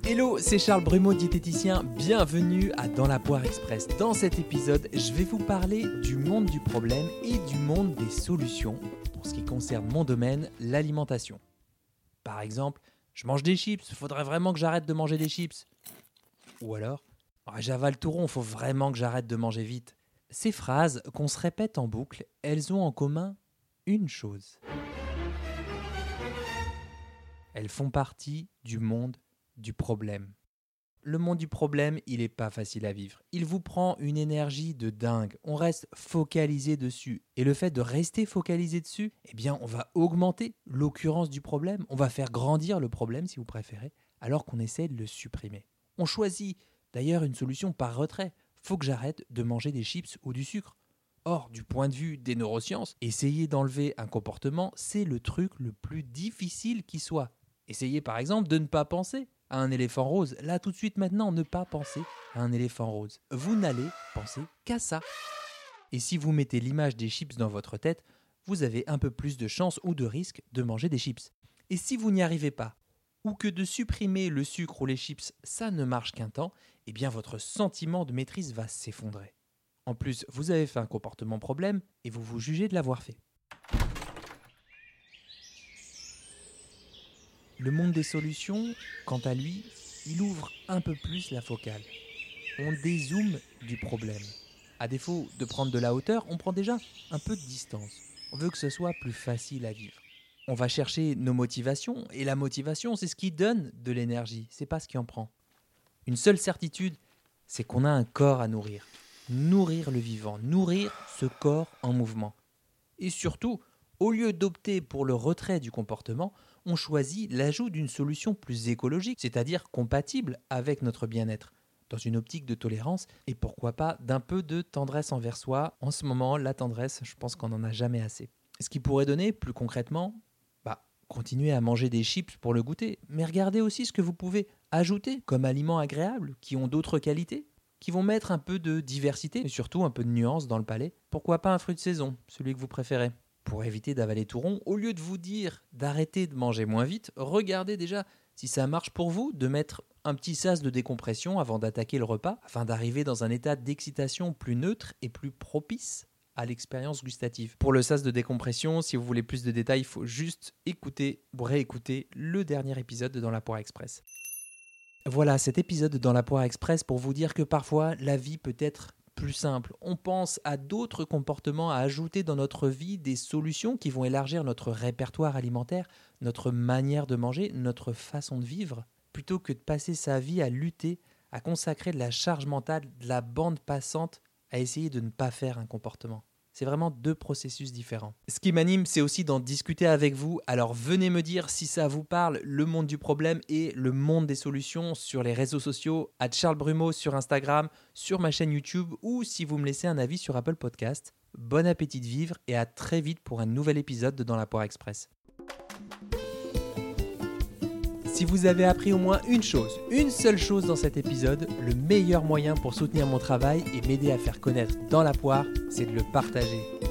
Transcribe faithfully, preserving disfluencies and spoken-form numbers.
Hello, c'est Charles Brumeau, diététicien. Bienvenue à Dans la Poire Express. Dans cet épisode, je vais vous parler du monde du problème et du monde des solutions pour ce qui concerne mon domaine, l'alimentation. Par exemple, je mange des chips, faudrait vraiment que j'arrête de manger des chips. Ou alors, ah, j'avale tout rond, faut vraiment que j'arrête de manger vite. Ces phrases qu'on se répète en boucle, elles ont en commun une chose. Elles font partie du monde du problème. Le monde du problème, il n'est pas facile à vivre. Il vous prend une énergie de dingue. On reste focalisé dessus. Et le fait de rester focalisé dessus, eh bien, on va augmenter l'occurrence du problème. On va faire grandir le problème, si vous préférez, alors qu'on essaie de le supprimer. On choisit d'ailleurs une solution par retrait. Faut que j'arrête de manger des chips ou du sucre. Or, du point de vue des neurosciences, essayer d'enlever un comportement, c'est le truc le plus difficile qui soit. Essayez par exemple de ne pas penser à un éléphant rose. Là, tout de suite, maintenant, ne pas penser à un éléphant rose. Vous n'allez penser qu'à ça. Et si vous mettez l'image des chips dans votre tête, vous avez un peu plus de chance ou de risque de manger des chips. Et si vous n'y arrivez pas, ou que de supprimer le sucre ou les chips, ça ne marche qu'un temps, eh bien votre sentiment de maîtrise va s'effondrer. En plus, vous avez fait un comportement problème et vous vous jugez de l'avoir fait. Le monde des solutions, quant à lui, il ouvre un peu plus la focale. On dézoome du problème. À défaut de prendre de la hauteur, on prend déjà un peu de distance. On veut que ce soit plus facile à vivre. On va chercher nos motivations, et la motivation, c'est ce qui donne de l'énergie, c'est pas ce qui en prend. Une seule certitude, c'est qu'on a un corps à nourrir. Nourrir le vivant, nourrir ce corps en mouvement. Et surtout, au lieu d'opter pour le retrait du comportement, on choisit l'ajout d'une solution plus écologique, c'est-à-dire compatible avec notre bien-être, dans une optique de tolérance et pourquoi pas d'un peu de tendresse envers soi. En ce moment, la tendresse, je pense qu'on n'en a jamais assez. Ce qui pourrait donner, plus concrètement, bah, continuer à manger des chips pour le goûter, mais regardez aussi ce que vous pouvez ajouter comme aliments agréables, qui ont d'autres qualités, qui vont mettre un peu de diversité et surtout un peu de nuance dans le palais. Pourquoi pas un fruit de saison, celui que vous préférez ? Pour éviter d'avaler tout rond, au lieu de vous dire d'arrêter de manger moins vite, regardez déjà si ça marche pour vous de mettre un petit sas de décompression avant d'attaquer le repas, afin d'arriver dans un état d'excitation plus neutre et plus propice à l'expérience gustative. Pour le sas de décompression, si vous voulez plus de détails, il faut juste écouter ou réécouter le dernier épisode de Dans la Poire Express. Voilà, cet épisode de Dans la Poire Express pour vous dire que parfois, la vie peut être plus simple. On pense à d'autres comportements à ajouter dans notre vie, des solutions qui vont élargir notre répertoire alimentaire, notre manière de manger, notre façon de vivre, plutôt que de passer sa vie à lutter, à consacrer de la charge mentale, de la bande passante, à essayer de ne pas faire un comportement. C'est vraiment deux processus différents. Ce qui m'anime, c'est aussi d'en discuter avec vous. Alors venez me dire si ça vous parle, le monde du problème et le monde des solutions sur les réseaux sociaux, à Charles Brumeau sur Instagram, sur ma chaîne YouTube ou si vous me laissez un avis sur Apple Podcast. Bon appétit de vivre et à très vite pour un nouvel épisode de Dans la Poire Express. Si vous avez appris au moins une chose, une seule chose dans cet épisode, le meilleur moyen pour soutenir mon travail et m'aider à faire connaître Dans la Poire, c'est de le partager.